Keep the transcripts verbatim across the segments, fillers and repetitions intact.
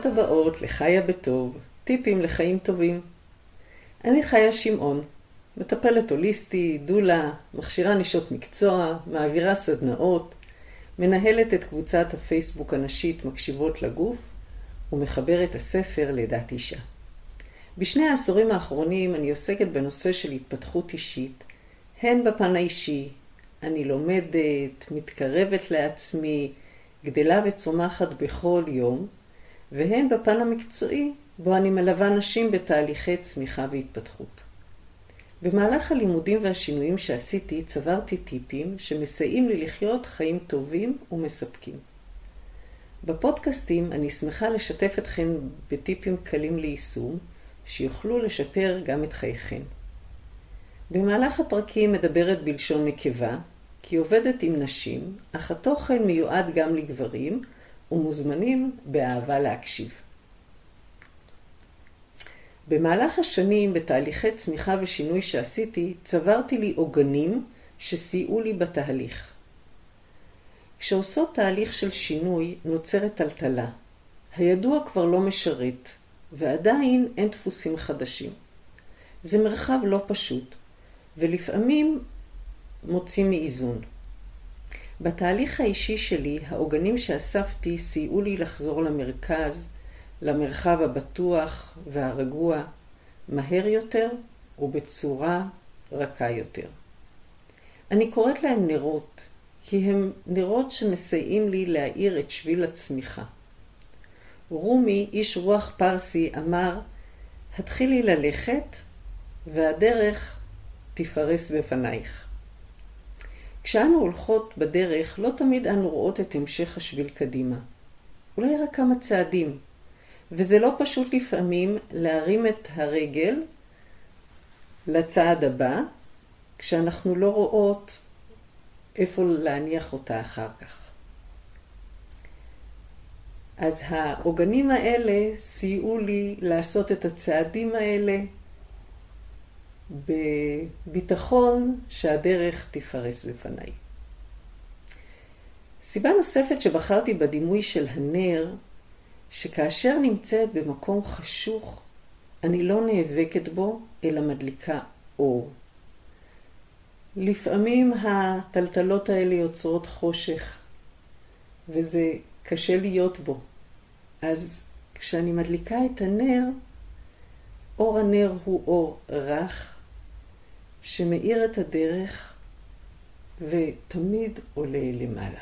ברוכות הבאות לחיה בטוב, טיפים לחיים טובים. אני חיה שמעון, מטפלת הוליסטי, דולה, מכשירה נשות מקצוע, מעבירה סדנאות, מנהלת את קבוצת הפייסבוק הנשית מקשיבות לגוף, ומחברת הספר לידת אישה. בשני העשורים האחרונים אני עוסקת בנושא של התפתחות אישית, הן בפן האישי, אני לומדת, מתקרבת לעצמי, גדלה וצומחת בכל יום, והן בפן המקצועי, בו אני מלווה נשים בתהליכי צמיחה והתפתחות. במהלך הלימודים והשינויים שעשיתי, צברתי טיפים שמסייעים לי לחיות חיים טובים ומספקים. בפודקאסטים אני שמחה לשתף אתכם בטיפים קלים ליישום, שיוכלו לשפר גם את חייכם. במהלך הפרקים מדברת בלשון נקבה, כי עובדת עם נשים, אך התוכן מיועד גם לגברים, ומוזמנים באהבה להקשיב. במהלך השנים, בתהליכי צמיחה ושינוי שעשיתי, צברתי לי עוגנים שסייעו לי בתהליך. כשעושות תהליך של שינוי, נוצרת טלטלה. הידוע כבר לא משרת, ועדיין אין דפוסים חדשים. זה מרחב לא פשוט, ולפעמים מוצאים מאיזון. בתהליך האישי שלי, העוגנים שאספתי סייעו לי לחזור למרכז, למרחב הבטוח והרגוע, מהר יותר ובצורה רכה יותר. אני קוראת להם נרות, כי הם נרות שמסייעים לי להאיר את שביל הצמיחה. רומי, איש רוח פרסי, אמר, התחילי ללכת והדרך תפרס בפנייך. כשאנו הולכות בדרך, לא תמיד אנו רואות את המשך השביל קדימה. אולי רק כמה צעדים. וזה לא פשוט לפעמים להרים את הרגל לצעד הבא, כשאנחנו לא רואות איפה להניח אותה אחר כך. אז העוגנים האלה סייעו לי לעשות את הצעדים האלה בביטחון שהדרך תפרס בפניי. סיבה נוספת שבחרתי בדימוי של הנר, שכאשר נמצאת במקום חשוך, אני לא נאבקת בו, אלא מדליקה אור. לפעמים הטלטלות האלה יוצרות חושך, וזה קשה להיות בו. אז כשאני מדליקה את הנר, אור הנר הוא אור רך, שמאיר את הדרך, ותמיד עולה למעלה.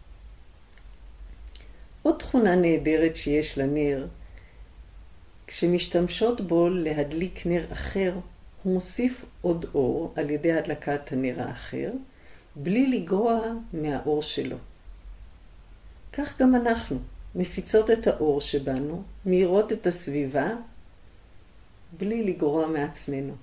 עוד תכונה נהדרת שיש לנר, כשמשתמשות בו להדליק נר אחר, הוא מוסיף עוד אור על ידי הדלקת הנר האחר, בלי לגרוע מהאור שלו. כך גם אנחנו מפיצות את האור שבנו, מאירות את הסביבה, בלי לגרוע מעצמנו.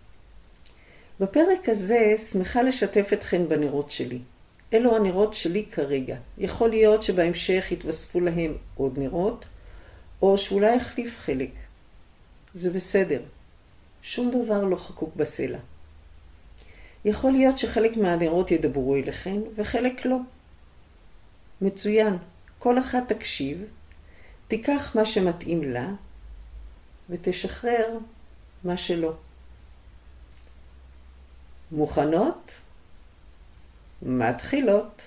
בפרק הזה שמחה לשתף אתכם בנרות שלי. אלו הנרות שלי כרגע. יכול להיות שבהמשך יתווספו להם עוד נרות, או שאולי יחליף חלק. זה בסדר. שום דבר לא חקוק בסלע. יכול להיות שחלק מהנרות ידברו אליכם, וחלק לא. מצוין. כל אחת תקשיב, תיקח מה שמתאים לה, ותשחרר מה שלא. מוכנות? מתחילות.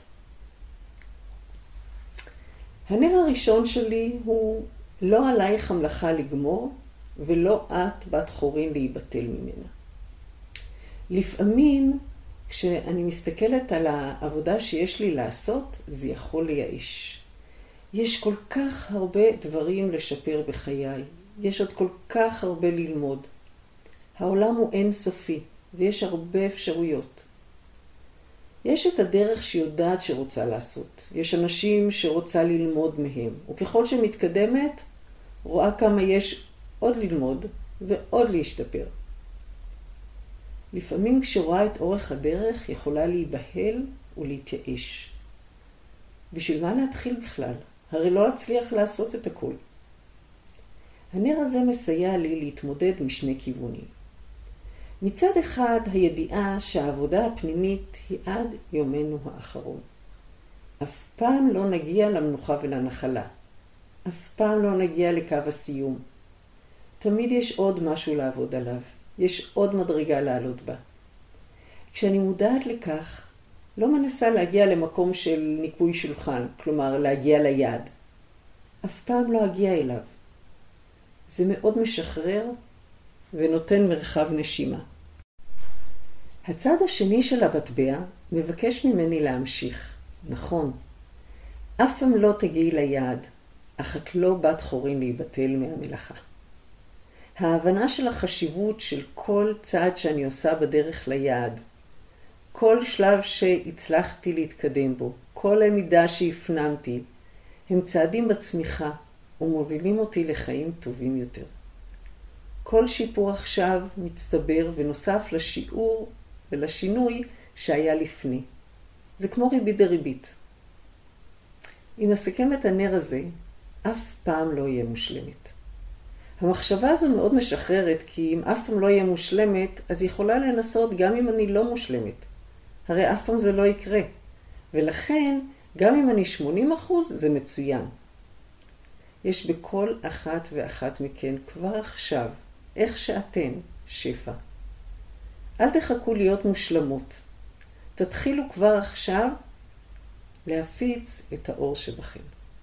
הנר הראשון שלי הוא לא עלייך המלאכה לגמור, ולא את בת חורין להיבטל ממנה. לפעמים, כשאני מסתכלת על העבודה שיש לי לעשות, זה יכול לייאש. יש כל כך הרבה דברים לשפר בחיי. יש עוד כל כך הרבה ללמוד. העולם הוא אינסופי, ויש הרבה אפשרויות. יש את הדרך שיודעת שרוצה לעשות. יש אנשים שרוצה ללמוד מהם, וככל שמתקדמת, רואה כמה יש עוד ללמוד ועוד להשתפר. לפעמים כשרואה את אורך הדרך, יכולה להיבהל ולהתייאש. בשביל מה להתחיל בכלל? הרי לא אצליח לעשות את הכל. הנר הזה מסייע לי להתמודד משני כיוונים. מצד אחד, הידיעה שהעבודה הפנימית היא עד יומנו האחרון. אף פעם לא נגיע למנוחה ולנחלה. אף פעם לא נגיע לקו הסיום. תמיד יש עוד משהו לעבוד עליו. יש עוד מדרגה לעלות בה. כשאני מודעת לכך, לא מנסה להגיע למקום של ניקוי שולחן, כלומר להגיע ליעד. אף פעם לא אגיע אליו. זה מאוד משחרר ונותן מרחב נשימה. הצד השני של המטבע מבקש ממני להמשיך. נכון, אף פעם לא תגיעי ליעד, אך את לא בת חורין להיבטל מהמלאכה. ההבנה של החשיבות של כל צעד שאני עושה בדרך ליעד, כל שלב שהצלחתי להתקדם בו, כל המידה שהפנמתי, הם צעדים בצמיחה ומובילים אותי לחיים טובים יותר. כל שיפור עכשיו מצטבר ונוסף לשיעור ולשינוי שהיה לפני. זה כמו ריבית דריבית. אם נסכם את הנר הזה, אף פעם לא יהיה מושלמת. המחשבה הזו מאוד משחררת, כי אם אף פעם לא יהיה מושלמת, אז היא יכולה לנסות גם אם אני לא מושלמת. הרי אף פעם זה לא יקרה. ולכן, גם אם אני שמונים אחוז, זה מצוין. יש בכל אחת ואחת מכן כבר עכשיו, איך שאתן, שפע. אל תחכו להיות מושלמות. תתחילו כבר עכשיו להפיץ את האור שבכם.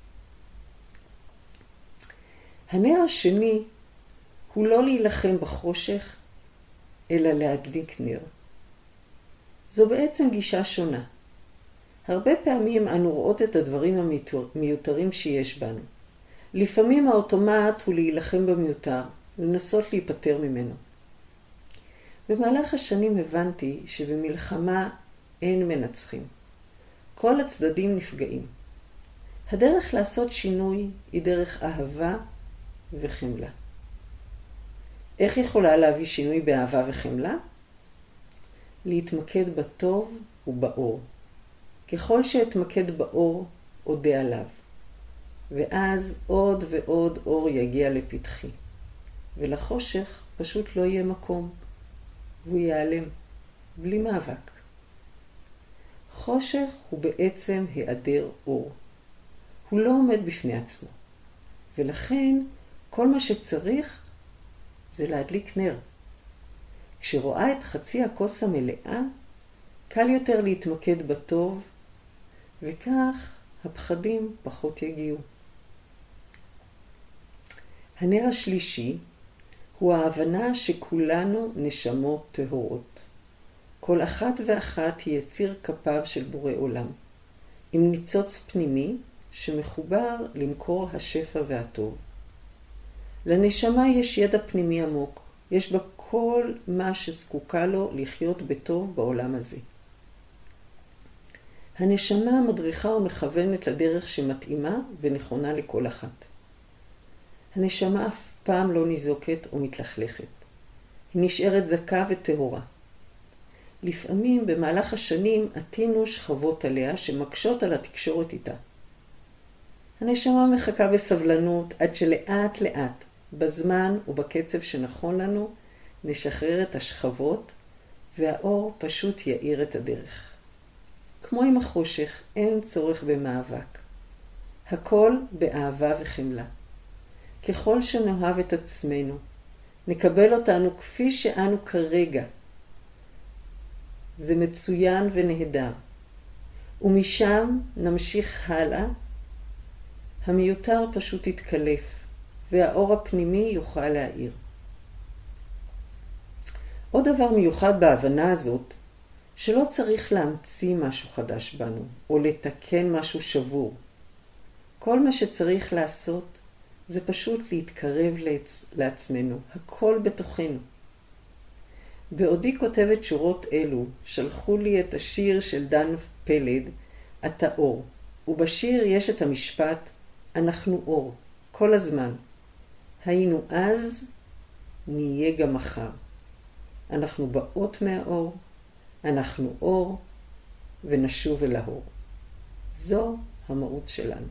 הנר השני הוא לא להילחם בחושך, אלא להדליק נר. זו בעצם גישה שונה. הרבה פעמים אנו רואות את הדברים המיותרים שיש בנו. לפעמים האוטומט הוא להילחם במיותר, לנסות להיפטר ממנו. במהלך השנים הבנתי שבמלחמה אין מנצחים. כל הצדדים נפגעים. הדרך לעשות שינוי היא דרך אהבה וחמלה. איך יכולה להביא שינוי באהבה וחמלה? להתמקד בטוב ובאור. ככל שאתמקד באור, אודה עליו. ואז עוד ועוד אור יגיע לפתחי. ולחושך פשוט לא יהיה מקום. והוא ייעלם, בלי מאבק. חושך הוא בעצם היעדר אור. הוא לא עומד בפני עצמו. ולכן כל מה שצריך זה להדליק נר. כשרואה את חצי הכוס המלאה, קל יותר להתמקד בטוב, וכך הפחדים פחות יגיעו. הנר השלישי הוא ההבנה שכולנו נשמות טהורות. כל אחת ואחת היא יציר כפיו של בורא עולם, עם ניצוץ פנימי שמחובר למקור השפע והטוב. לנשמה יש ידע פנימי עמוק, יש בה כל מה שזקוקה לו לחיות בטוב בעולם הזה. הנשמה מדריכה ומכוונת לדרך שמתאימה ונכונה לכל אחת. הנשמה אף פעם לא ניזוקת או מתלכלכת. היא נשארת זכה וטהורה. לפעמים במהלך השנים עטינו שכבות עליה שמקשות על התקשורת איתה. הנשמה מחכה בסבלנות עד שלאט לאט, בזמן ובקצב שנכון לנו, נשחרר את השכבות והאור פשוט יאיר את הדרך. כמו עם החושך, אין צורך במאבק. הכל באהבה וחמלה. ככל שנאהב את עצמנו, נקבל אותנו כפי שאנו כרגע. זה מצוין ונהדר. ומשם נמשיך הלאה. המיותר פשוט יתקלף, והאור הפנימי יוכל להאיר. עוד דבר מיוחד בהבנה הזאת, שלא צריך להמציא משהו חדש בנו, או לתקן משהו שבור. כל מה שצריך לעשות, זה פשוט להתקרב לעצ... לעצמנו, הכל בתוכנו. בעודי כותבת שורות אלו, שלחו לי את השיר של דן פלד, אתה אור. ובשיר יש את המשפט, אנחנו אור, כל הזמן. היינו אז, נהיה גם מחר. אנחנו באות מהאור, אנחנו אור, ונשוב אל האור. זו המהות שלנו.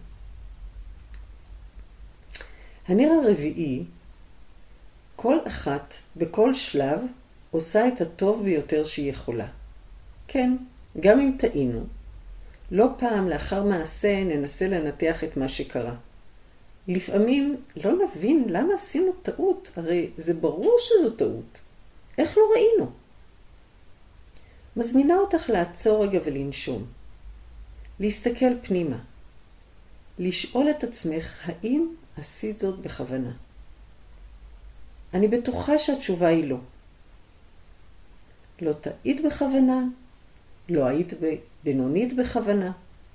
הנר הרביעי, כל אחת בכל שלב עושה את הטוב ביותר שהיא יכולה. כן, גם אם טעינו, לא פעם לאחר מעשה ננסה לנתח את מה שקרה. לפעמים לא נבין למה עשינו טעות, הרי זה ברור שזו טעות. איך לא ראינו? מזמינה אותך לעצור רגע ולנשום. להסתכל פנימה. לשאול את עצמך האם עשית זאת בכוונה. אני בטוחה שהתשובה היא לא. לא טעית בכוונה, לא היית בינונית בכוונה.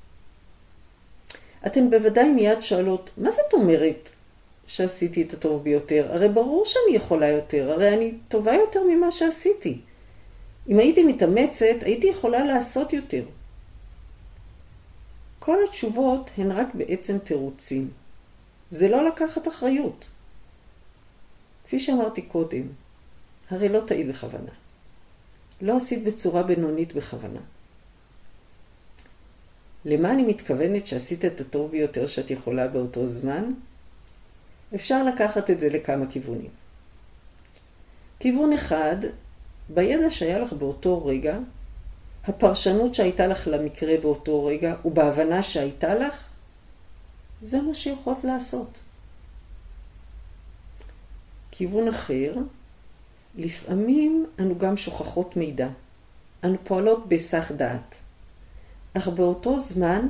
אתן בוודאי מיד שואלות, מה זאת אומרת שעשיתי את הטוב ביותר? הרי ברור שאני יכולה יותר, הרי אני טובה יותר ממה שעשיתי. אם הייתי מתאמצת, הייתי יכולה לעשות יותר. כל התשובות הן רק בעצם תירוצים. זה לא לקחת אחריות. כפי שאמרתי קודם, הרי לא טעית בכוונה. לא עשית בצורה בינונית בכוונה. למה אני מתכוונת שעשית את הטוב ביותר שאת יכולה באותו זמן? אפשר לקחת את זה לכמה כיוונים. כיוון אחד, בידע שהיה לך באותו רגע, הפרשנות שהייתה לך למקרה באותו רגע, ובהבנה שהייתה לך, זה מה שיכולת לעשות. כיוון אחר, לפעמים אנו גם שוכחות מידע. אנו פועלות בסך דעת. אך באותו זמן,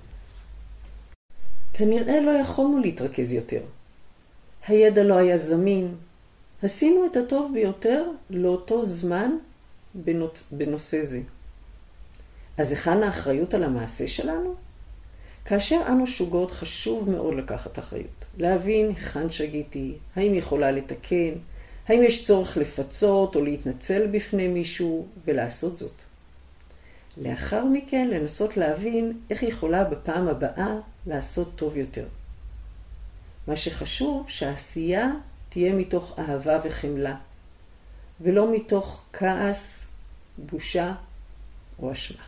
כנראה לא יכולנו להתרכז יותר. הידע לא היה זמין. עשינו את הטוב ביותר לאותו זמן בנושא זה. אז היכן האחריות על המעשה שלנו? כאשר אנו שוגות חשוב מאוד לקחת אחריות. להבין היכן שגיתי, האם יכולה לתקן, האם יש צורך לפצות או להתנצל בפני מישהו ולעשות זאת. לאחר מכן לנסות להבין איך יכולה בפעם הבאה לעשות טוב יותר. מה שחשוב שהעשייה תהיה מתוך אהבה וחמלה, ולא מתוך כעס, בושה או אשמה.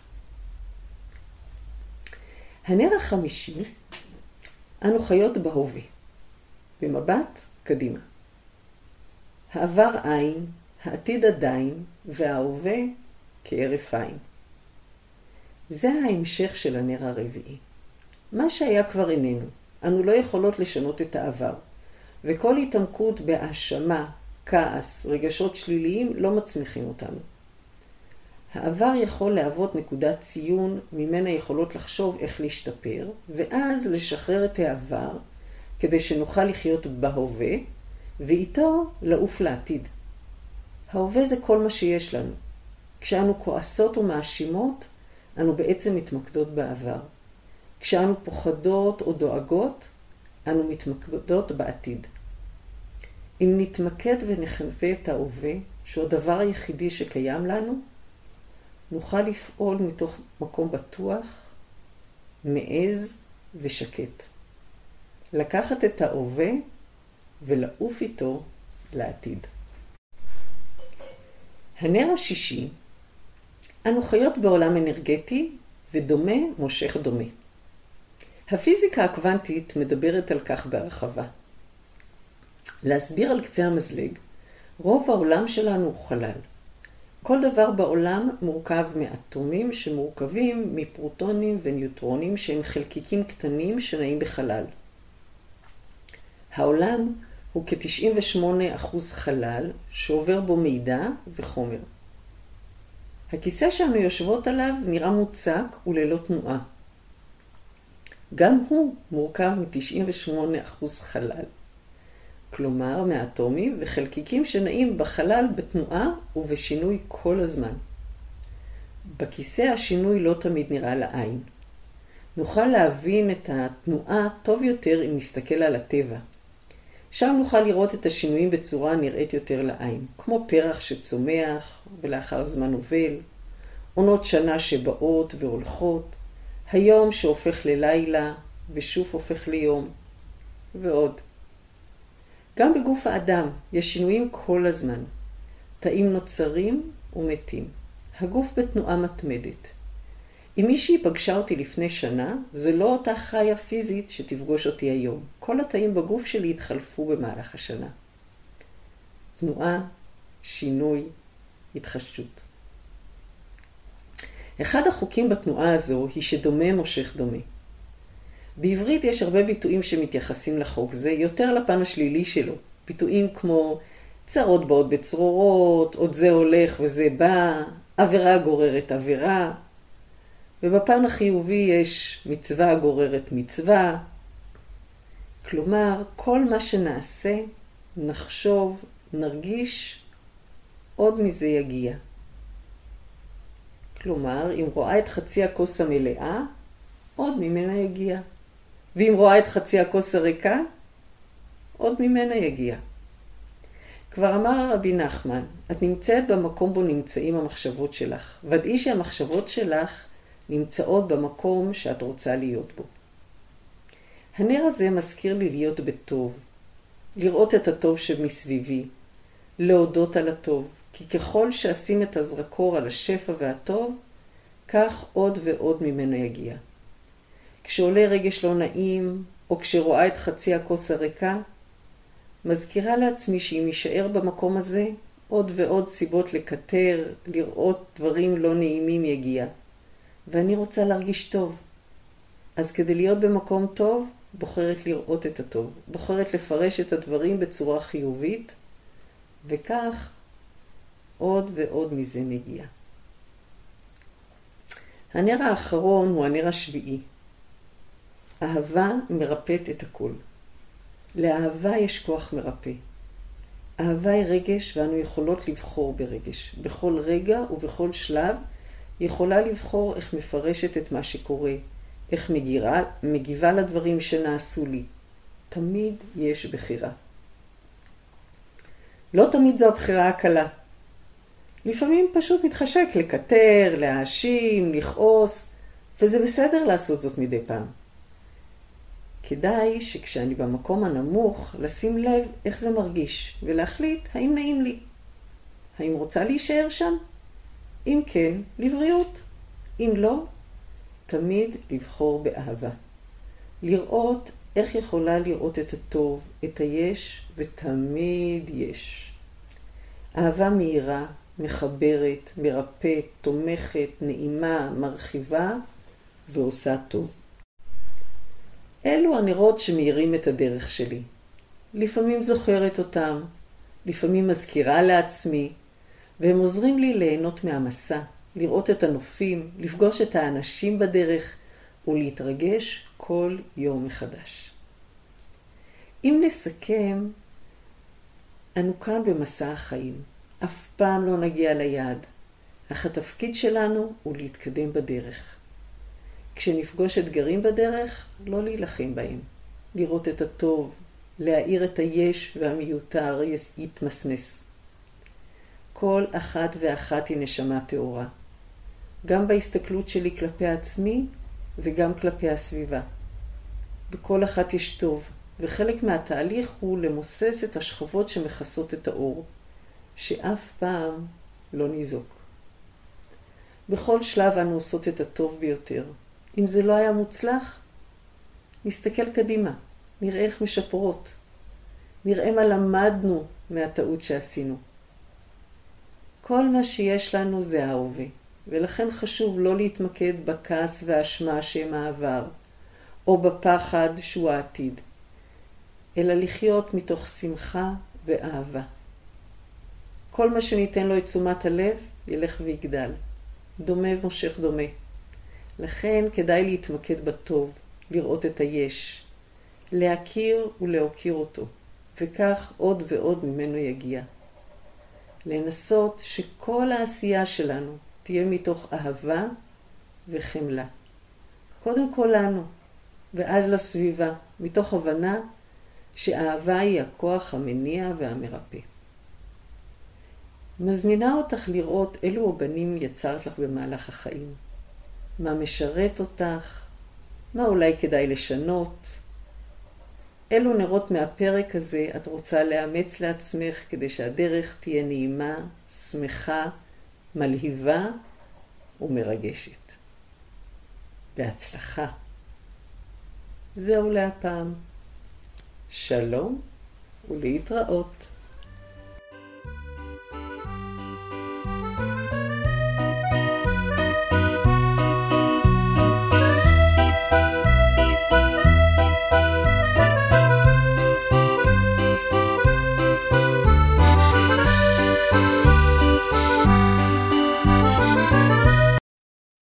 הנר החמישי, אנו חיות בהווה, במבט קדימה. העבר עין, העתיד עדיין, וההווה כהרף עין. זה ההמשך של הנר הרביעי. מה שהיה כבר איננו. אנו לא יכולות לשנות את העבר, וכל התעמקות בהאשמה, כעס, רגשות שליליים לא מצמיחים אותנו. העבר יכול להוות נקודת ציון ממנה יכולות לחשוב איך להשתפר, ואז לשחרר את העבר כדי שנוכל לחיות בהווה, ואיתו לעוף לעתיד. ההווה זה כל מה שיש לנו. כשאנו כועסות ומאשימות, אנו בעצם מתמקדות בעבר. כשאנו פוחדות או דואגות, אנו מתמקדות בעתיד. אם נתמקד ונחווה את ההווה, שהוא הדבר היחידי שקיים לנו, נוכל לפעול מתוך מקום בטוח, מעז ושקט. לקחת את ההווה ולעוף איתו לעתיד. הנר השישי, אנו חיות בעולם אנרגטי ודומה מושך דומה. הפיזיקה הקוונטית מדברת על כך בהרחבה. להסביר על קצה המזלג, רוב העולם שלנו הוא חלל. כל דבר בעולם מורכב מאטומים שמורכבים מפרוטונים וניוטרונים שהם חלקיקים קטנים שנעים בחלל. העולם הוא כ-תשעים ושמונה אחוז חלל שעובר בו מידע וחומר. הכיסא שאנו יושבות עליו נראה מוצק וללא תנועה. גם הוא מורכב מ-תשעים ושמונה אחוז חלל. כלומר, מאטומים וחלקיקים שנעים בחלל בתנועה ובשינוי כל הזמן. בכיסא השינוי לא תמיד נראה לעין. נוכל להבין את התנועה טוב יותר אם נסתכל על הטבע. שם נוכל לראות את השינויים בצורה נראית יותר לעין, כמו פרח שצומח ולאחר זמן עובל, עונות שנה שבאות והולכות, היום שהופך ללילה ושוב הופך ליום, ועוד. גם בגוף האדם יש שינויים כל הזמן. תאים נוצרים ומתים. הגוף בתנועה מתמדת. אם מישהי פגשה אותי לפני שנה, זה לא אותה חיה פיזית שתפגוש אותי היום. כל התאים בגוף שלי התחלפו במהלך השנה. תנועה, שינוי, התחדשות. אחד החוקים בתנועה הזו היא שדומה מושך דומה. בעברית יש הרבה ביטויים שמתייחסים לחוק זה, יותר לפן השלילי שלו. ביטויים כמו צרות באות בצרורות, עוד זה הולך וזה בא, עבירה גוררת עבירה. ובפן החיובי יש מצווה גוררת מצווה. כלומר, כל מה שנעשה, נחשוב, נרגיש, עוד מזה יגיע. כלומר, אם רואה את חצי הכוס המלאה, עוד ממנה יגיע. ואם רואה את חצי הכוס הריקה, עוד ממנה יגיע. כבר אמר הרבי נחמן, את נמצאת במקום בו נמצאים המחשבות שלך. ודאי שהמחשבות שלך נמצאות במקום שאת רוצה להיות בו. הנר הזה מזכיר לי להיות בטוב, לראות את הטוב שמסביבי, להודות על הטוב, כי ככל שאשים את הזרקור על השפע והטוב, כך עוד ועוד ממנו יגיע. כשעולה רגש לא נעים, או כשרואה את חצי הכוס הריקה, מזכירה לעצמי שאם יישאר במקום הזה, עוד ועוד סיבות לקטר, לראות דברים לא נעימים יגיע. ואני רוצה להרגיש טוב. אז כדי להיות במקום טוב, בוחרת לראות את הטוב. בוחרת לפרש את הדברים בצורה חיובית, וכך עוד ועוד מזה מגיע. הנר האחרון הוא הנר השביעי. אהבה מרפאת את הכל. לאהבה יש כוח מרפא. אהבה היא רגש ואנו יכולות לבחור ברגש. בכל רגע ובכל שלב יכולה לבחור איך מפרשת את מה שקורה, איך מגירה, מגיבה לדברים שנעשו לי. תמיד יש בחירה. לא תמיד זו הבחירה הקלה. לפעמים פשוט מתחשק לקטר, להאשים, לכעוס, וזה בסדר לעשות זאת מדי פעם. כדאי שכשאני במקום הנמוך, לשים לב איך זה מרגיש, ולהחליט האם נעים לי. האם רוצה להישאר שם? אם כן, לבריאות. אם לא, תמיד לבחור באהבה. לראות איך יכולה לראות את הטוב, את היש, ותמיד יש. אהבה מהירה, מחברת, מרפאת, תומכת, נעימה, מרחיבה, ועושה טוב. אלו הנרות שמאירים את הדרך שלי. לפעמים זוכרת אותם, לפעמים מזכירה לעצמי, והם עוזרים לי ליהנות מהמסע, לראות את הנופים, לפגוש את האנשים בדרך, ולהתרגש כל יום מחדש. אם נסכם, אנו כאן במסע החיים. אף פעם לא נגיע ליעד, אך התפקיד שלנו הוא להתקדם בדרך. כשנפגוש אתגרים בדרך, לא להילחם בהם. לראות את הטוב, להאיר את היש והמיותר יתמסמס. כל אחת ואחת היא נשמה טהורה. גם בהסתכלות שלי כלפי עצמי וגם כלפי הסביבה. בכל אחת יש טוב, וחלק מהתהליך הוא למוסס את השכבות שמכסות את האור, שאף פעם לא ניזוק. בכל שלב אנו עושות את הטוב ביותר. אם זה לא היה מוצלח, נסתכל קדימה, נראה איך משפרות, נראה מה למדנו מהטעות שעשינו. כל מה שיש לנו זה ההווה, ולכן חשוב לא להתמקד בכעס והאשמה שהם העבר, או בפחד שהוא העתיד, אלא לחיות מתוך שמחה ואהבה. כל מה שניתן לו את תשומת הלב ילך ויגדל. דומה מושך דומה. לכן כדאי להתמקד בטוב, לראות את היש, להכיר ולהוקיר אותו, וכך עוד ועוד ממנו יגיע. לנסות שכל העשייה שלנו תהיה מתוך אהבה וחמלה. קודם כל לנו, ואז לסביבה, מתוך הבנה שאהבה היא הכוח המניע והמרפא. מזמינה אותך לראות אילו הבנים יצרת לך במהלך החיים. מה משרת אותך? מה אולי כדאי לשנות? אילו נרות מהפרק הזה את רוצה לאמץ לעצמך כדי שהדרך תהיה נעימה, שמחה, מלהיבה ומרגשת. בהצלחה. זהו להפעם. שלום ולהתראות.